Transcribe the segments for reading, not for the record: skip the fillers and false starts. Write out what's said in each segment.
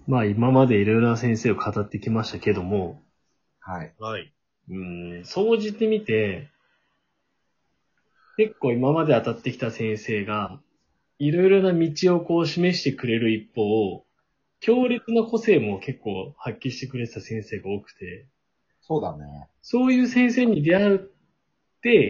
まあ今までいろいろな先生を語ってきましたけども、 はい。 はい。 総じてみて、結構今まで当たってきた先生が、いろいろな道をこう示してくれる一方、強烈な個性も結構発揮してくれてた先生が多くて、 そうだね。 そういう先生に出会うって、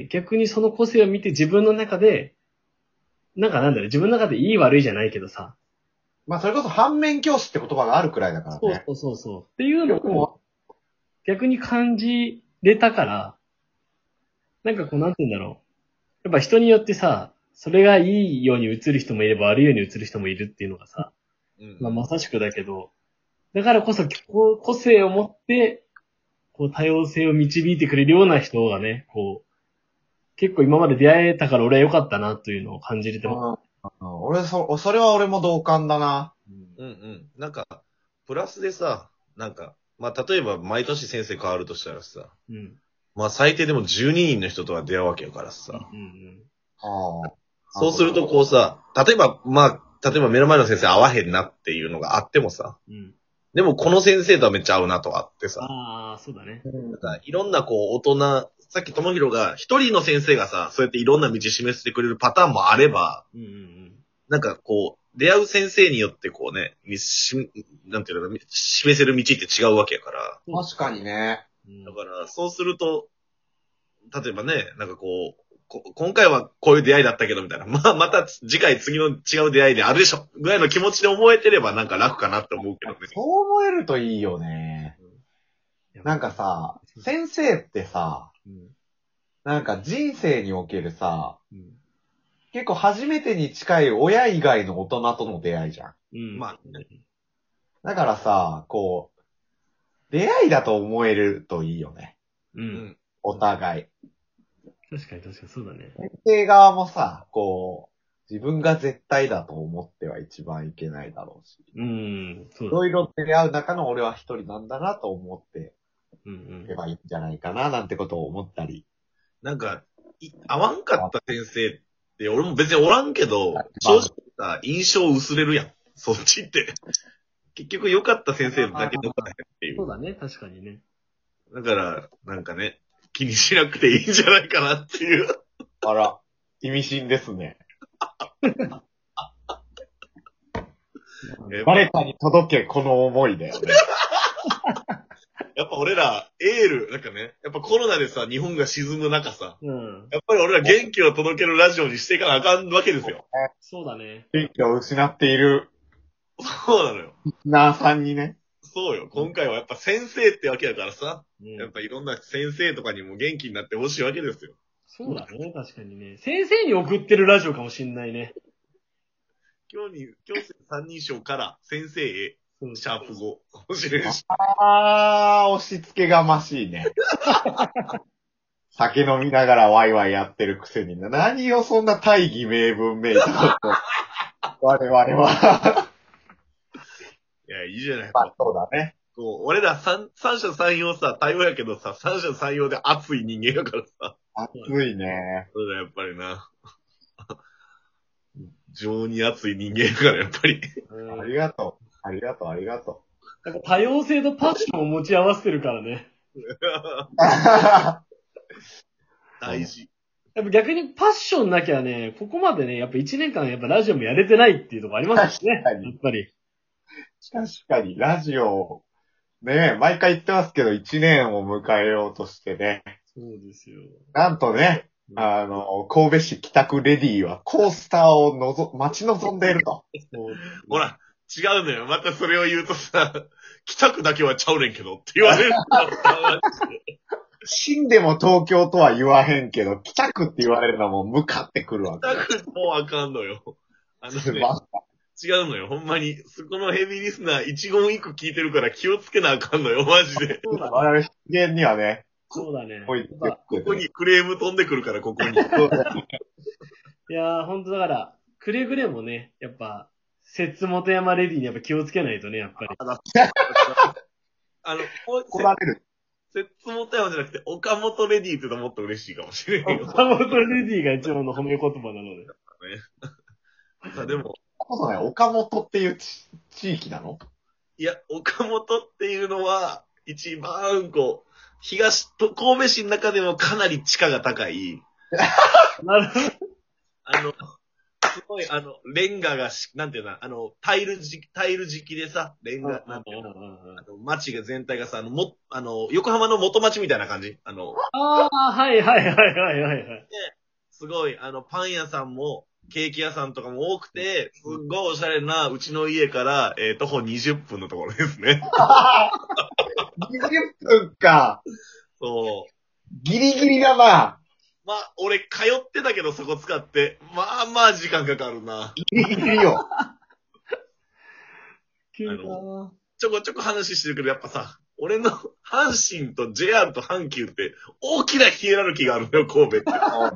逆にその個性を見て自分の中で、自分の中でいい悪いじゃないけどさ、 まあそれこそ反面教師って言葉があるくらいだからね。 そう。っていうのよくもを逆に感じれたから、なんかこうなんて言うんだろう。やっぱ人によってさ、それがいいように映る人もいれば悪いように映る人もいるっていうのがさ、まあまさしくだけど、だからこそこう個性を持って、こう多様性を導いてくれるような人がね、こう、結構今まで出会えたから俺は良かったなというのを感じれてます。 それは俺も同感だな。 なんか、プラスでさ、なんか、まあ、例えば毎年先生変わるとしたらさ、まあ、最低でも12人の人とは出会うわけよからさ。 ああ。 そうするとこうさ、例えば目の前の先生合わへんなっていうのがあってもさ、でもこの先生とはめっちゃ合うなとかあってさ。 ああ、そうだね。 なんかいろんなこう大人、さっきともひろが一人の先生がさ、そうやっていろんな道示してくれるパターンもあれば、なんかこう、出会う先生によってこうね、なんていうの、示せる道って違うわけやから。 確かにね。 だから、そうすると、例えばね、なんかこう、今回はこういう出会いだったけど、みたいな。まあ、また次回次の違う出会いであるでしょぐらいの気持ちで思えてればなんか楽かなって思うけどね。 そう思えるといいよね。なんかさ、先生ってさ、なんか人生におけるさ、結構初めてに近い親以外の大人との出会いじゃん。 まあ、 だからさ、こう、出会いだと思えるといいよね。お互い。 確かにそうだね。 先生側もさ、こう、自分が絶対だと思っては一番いけないだろうし。 そういろいろ出会う中の俺は一人なんだなと思っていけばいいんじゃないかななんてことを思ったり。 なんか、合わんかった先生って、俺も別におらんけど、正直さ、印象薄れるやん。そっちって。結局良かった先生だけどかへんっていう。 そうだね、確かにね。 だから、なんかね、気にしなくていいんじゃないかなっていう。 あら、意味深ですね。誰かに届け、この思いだよね。 やっぱ俺ら、エール、なんかね、やっぱコロナでさ、日本が沈む中さ、 うん。 やっぱり俺ら元気を届けるラジオにしていかなあかんわけですよ。 そうだね。 元気を失っているそうなのよ。 リスナーさんにね。 そうよ。今回はやっぱ先生ってわけだからさ、やっぱいろんな先生とかにも元気になってほしいわけですよ。 そうだね、確かにね。先生に送ってるラジオかもしんないね。 今日三人称から先生へ、シャープ5かもしれんし。 押し付けがましいね。酒飲みながらワイワイやってるくせにな。何をそんな大義名分めいたこと我々は。 いや、いいじゃない。 まあ、そうだね。 こう、俺ら三者三様さ、多様やけどさ、三者三様で熱い人間やからさ。 熱いね。 そうだ、やっぱりな。情に熱い人間やから、やっぱり。 ありがとう。ありがとう、ありがとなんか多様性とパッションを持ち合わせてるからね。 う。 大事。 やっぱ逆にパッションなきゃね、ここまでね、やっぱ1年間やっぱラジオもやれてないっていうところありますよね。 確かにやっぱり。 確かに、ラジオ、ね毎回言ってますけど、1年を迎えようとしてね。 そうですよ。 なんとね、神戸市北区レディはコースターを待ち望んでいると。 ほら、違うのよ。またそれを言うとさ、北区だけはちゃうねんけどって言われる。 死んでも東京とは言わへんけど、北区って言われるのはもう向かってくるわけ。 北区もうあかんのよ。違うのよ。ほんまに、そこのヘビーリスナー一言一句聞いてるから気をつけなあかんのよ、マジで。 そうだね。 我々人間にはね、 そうだね。 ここにクレーム飛んでくるから、ここに。 いやー、ほんとだから、くれぐれもね、やっぱ、節本山レディにやっぱ気をつけないとね、やっぱり。 来られる。 節本山じゃなくて、岡本レディって言うともっと嬉しいかもしれんよ。 岡本レディが一番の褒め言葉なので。 さあ、でも。 こそね、岡本っていう地域なの？ いや、岡本っていうのは、一番神戸市の中でもかなり地価が高い、 なるほど。 すごい、レンガがなんていうの、タイル敷きでさ、レンガ、なんていうの、街が全体がさ、横浜の元町みたいな感じ。 ああ、はいはいはいはいはいはい。 すごい、パン屋さんも、ケーキ屋さんとかも多くて、すっごいおしゃれな、うちの家から、徒歩20分のところですね。 20分か。 そう。 ギリギリだな。 まあ、俺、通ってたけど、そこ使って。まあまあ、時間かかるな。 ギリギリよ。 急だな。 ちょこちょこ話してるけど、やっぱさ、俺の阪神と JR と阪急って、大きなヒエラルキーがあるのよ、神戸って。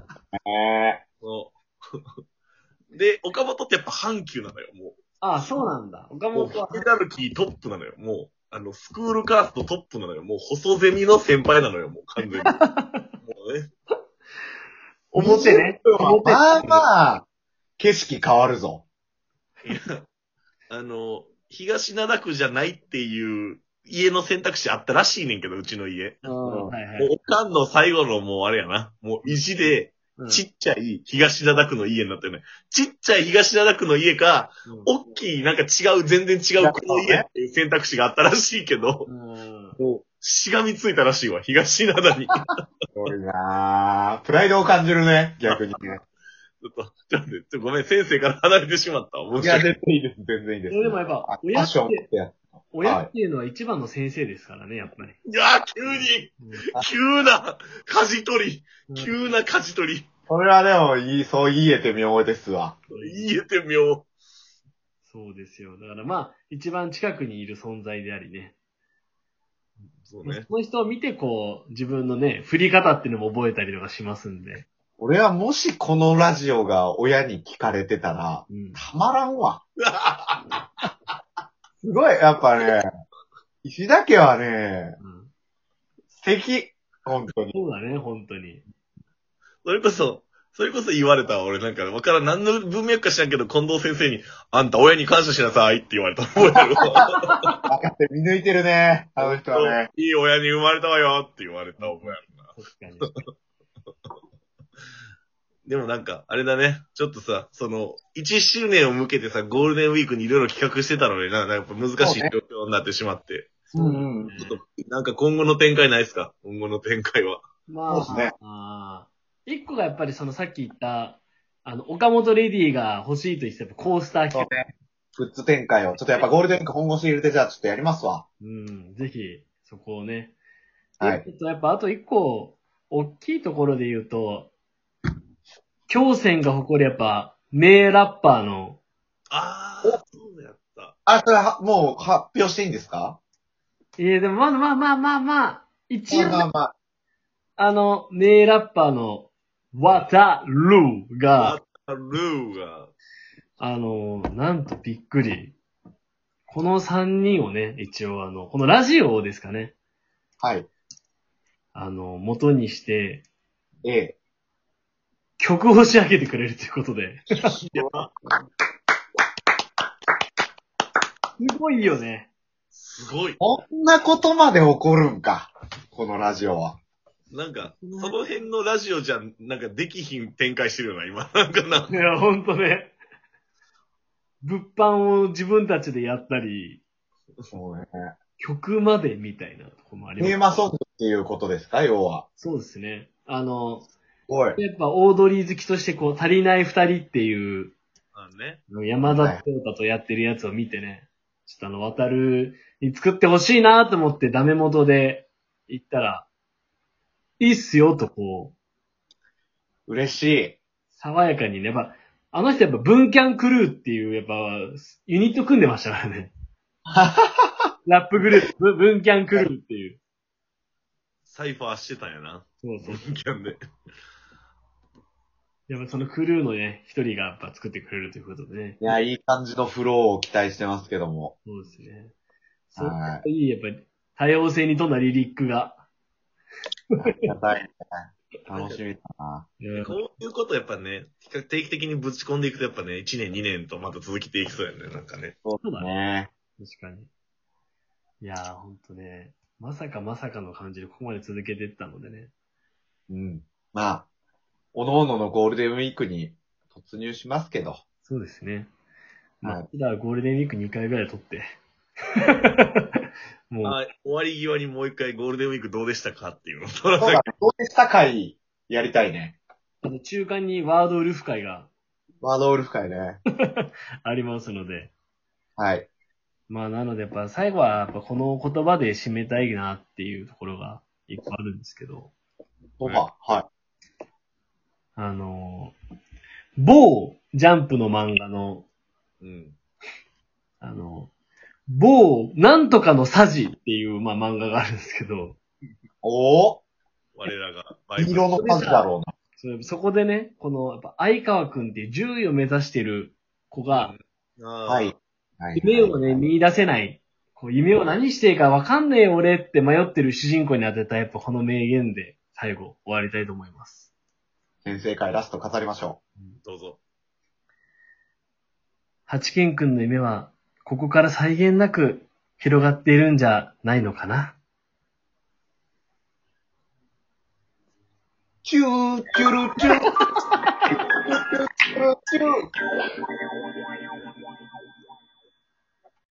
そうで、岡本ってやっぱ阪急なのよ、もう。 ああ、そうなんだ。岡もう、 本は。 ヒエラルキートップなのよ、もう。スクールカーストトップなのよ。もう、細ゼミの先輩なのよ、もう、完全に。もうね。 表ね。表。 まあまあ、景色変わるぞ。 いや、東灘区じゃないっていう家の選択肢あったらしいねんけど、うちの家。 はいはもう、 い。 おかんの最後のもうあれやな。もう意地で、ちっちゃい東灘区の家になってるね。ちっちゃい東灘区の家か、大きいなんか全然違う区の家っていう選択肢があったらしいけど、もう、しがみついたらしいわ、東灘に。 すごいなぁ。プライドを感じるね、逆にね。 ちょっとごめん、先生から離れてしまったわ。 いや、全然いいです、全然いいです。 でもやっぱ、 ファッションってやつ。 親っていうのは一番の先生ですからね、やっぱり。 いやー、急な舵取り。 それはでも、そう言えて妙ですわ。 言えてみよそうですよ。だからまあ、一番近くにいる存在でありね。 そうね。 その人を見てこう、自分のね、振り方っていうのも覚えたりとかしますんで。 俺はもしこのラジオが親に聞かれてたら、たまらんわ。すごい、やっぱね、石田家はね、素敵。本当に。 そうだね、本当に。 それこそ言われたわ俺なんか、わからん、何の文脈か知らんけど、近藤先生に、あんた親に感謝しなさいって言われた覚えてるわ。 分かって見抜いてるね、あの人はね。 いい親に生まれたわよって言われた覚えあるな。 確かに。 でもなんか、あれだね。ちょっとさ、1周年を向けてさ、ゴールデンウィークにいろいろ企画してたのにな、やっぱ難しい状況になってしまって。 うんうん。 ちょっと、なんか今後の展開ないですか？今後の展開は。 まあ、 そうですね。 一個がやっぱりさっき言った、岡本レディが欲しいと言ってたコースター企画。 ね。グッズ展開を。ちょっとやっぱゴールデンウィーク本腰入れてじゃあちょっとやりますわ。 ぜひ、そこをね。 はい。 やっぱあと一個、大きいところで言うと、京泉が誇るやっぱ、名ラッパーの、 そうやった。 それは、もう発表していいんですか？ でもまあ、一応、 まあ。 名ラッパーの、ワタルーが、なんとびっくり。この3人をね、一応このラジオをですかね。 はい。 元にして、 え。 曲を仕上げてくれるということで。すごいよね。 すごい。 こんなことまで起こるんか。このラジオは。 なんか、その辺のラジオじゃ、なんかできひん展開してるよな、今。なんかな。 いや、ほんとね。物販を自分たちでやったり、 そうね。 曲までみたいなとこもあります。 テーマソングっていうことですか、要は。 そうですね。 おい。 やっぱオードリー好きとしてこう、足りない二人っていう、 ね。 山田翔太とやってるやつを見てね、ちょっと渡るに作ってほしいなと思ってダメ元で言ったら、いいっすよとこう。嬉しい。 爽やかにね、やっぱ、あの人やっぱ文キャンクルーっていう、やっぱ、ユニット組んでましたからね。ラップグループ、文キャンクルーっていう。 サイファーしてたんやな。 そうそう。 キャンで。 やっぱそのクルーのね、一人がやっぱ作ってくれるということでね。 いや、いい感じのフローを期待してますけども。 そうですね。 はい。 いい、やっぱり、多様性に富んだリリックが。 ありがたいね。楽しみだな。 こういうことやっぱね、定期的にぶち込んでいくとやっぱね、1年2年とまた続けていきそうやね、なんかね。 そうだね。 確かに。 いやー、ほんとね、まさかまさかの感じでここまで続けていったのでね。 うん。まあ、おのおののゴールデンウィークに突入しますけど。 そうですね。まあ、 はい。 ただゴールデンウィーク2回ぐらい取って。もう、 あ、終わり際にもう一回ゴールデンウィークどうでしたかっていうのをそうだ、どうでした回やりたいね。 あと中間にワードウルフ会がワードウルフ会ね。 ありますので。 はい。 まあ、なのでやっぱ最後はやっぱこの言葉で締めたいなっていうところが一個あるんですけど、 は某ジャンプの漫画の、 うん。 某なんとかのサジっていう、まあ、漫画があるんですけど、 い。お我らが、 ー、色の数だろうな。 そこでね、この、やっぱ相川くんっていう獣医を目指してる子が、 ははい。。はい。 夢をね、見出せない。こう夢を何していいかわかんねえ俺って迷ってる主人公に当てたやっぱこの名言で最後終わりたいと思います。 先生会ラスト飾りましょどうぞ。 八健くんの夢はここから際限なく広がっているんじゃないのかな。 う。チュー、チュルチュー。チュー、チュー、チュー。